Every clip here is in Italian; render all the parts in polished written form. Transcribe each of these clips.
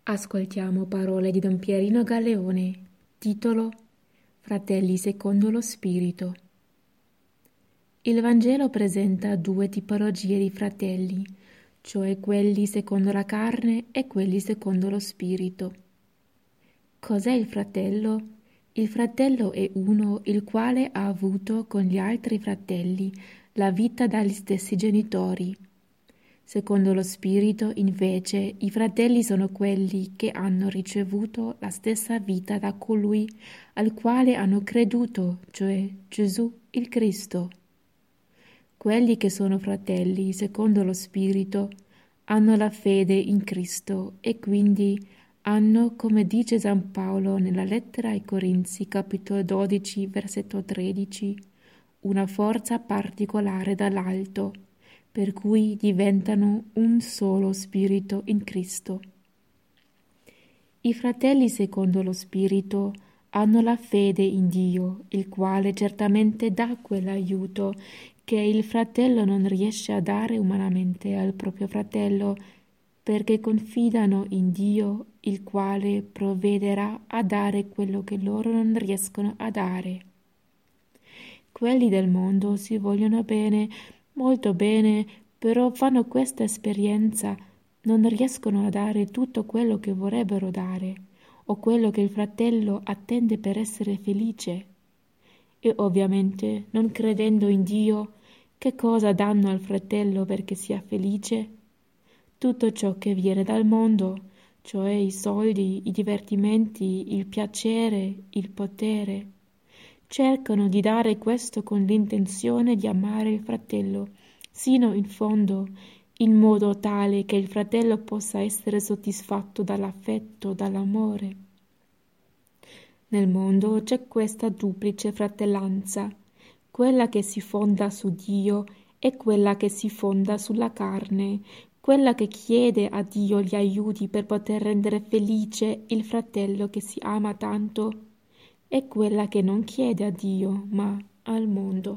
Ascoltiamo parole di Don Pierino Galeone, titolo Fratelli secondo lo Spirito. Il Vangelo presenta due tipologie di fratelli, cioè quelli secondo la carne e quelli secondo lo Spirito. Cos'è il fratello? Il fratello è uno il quale ha avuto con gli altri fratelli la vita dagli stessi genitori. Secondo lo Spirito, invece, i fratelli sono quelli che hanno ricevuto la stessa vita da colui al quale hanno creduto, cioè Gesù il Cristo. Quelli che sono fratelli, secondo lo Spirito, hanno la fede in Cristo e quindi hanno, come dice San Paolo nella lettera ai Corinzi, capitolo 12, versetto 13, una forza particolare dall'alto, per cui diventano un solo spirito in Cristo. I fratelli secondo lo Spirito hanno la fede in Dio, il quale certamente dà quell'aiuto che il fratello non riesce a dare umanamente al proprio fratello, perché confidano in Dio, il quale provvederà a dare quello che loro non riescono a dare. Quelli del mondo si vogliono bene, molto bene, però fanno questa esperienza, non riescono a dare tutto quello che vorrebbero dare, o quello che il fratello attende per essere felice. E ovviamente, non credendo in Dio, che cosa danno al fratello perché sia felice? Tutto ciò che viene dal mondo, cioè i soldi, i divertimenti, il piacere, il potere. Cercano di dare questo con l'intenzione di amare il fratello, sino in fondo, in modo tale che il fratello possa essere soddisfatto dall'affetto, dall'amore. Nel mondo c'è questa duplice fratellanza, quella che si fonda su Dio e quella che si fonda sulla carne, quella che chiede a Dio gli aiuti per poter rendere felice il fratello che si ama tanto, e quella che non chiede a Dio, ma al mondo.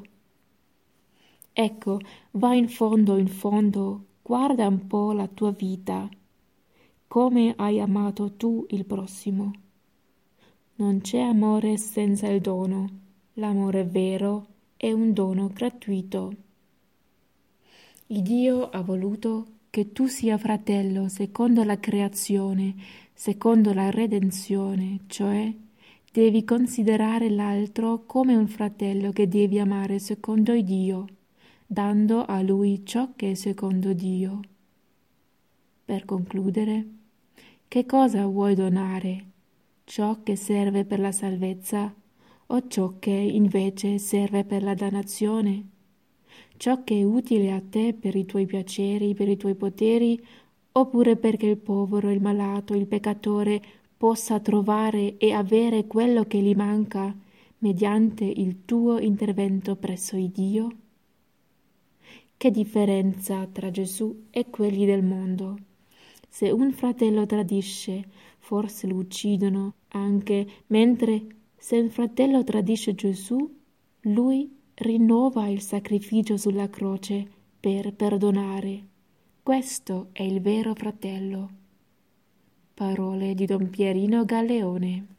Ecco, va in fondo, guarda un po' la tua vita. Come hai amato tu il prossimo? Non c'è amore senza il dono. L'amore vero è un dono gratuito. Il Dio ha voluto che tu sia fratello secondo la creazione, secondo la redenzione, cioè devi considerare l'altro come un fratello che devi amare secondo Dio, dando a lui ciò che è secondo Dio. Per concludere, che cosa vuoi donare? Ciò che serve per la salvezza o ciò che invece serve per la dannazione? Ciò che è utile a te per i tuoi piaceri, per i tuoi poteri, oppure perché il povero, il malato, il peccatore possa trovare e avere quello che gli manca mediante il tuo intervento presso il Dio? Che differenza tra Gesù e quelli del mondo? Se un fratello tradisce, forse lo uccidono anche, mentre se un fratello tradisce Gesù, lui rinnova il sacrificio sulla croce per perdonare. Questo è il vero fratello. Parole di Don Pierino Galeone.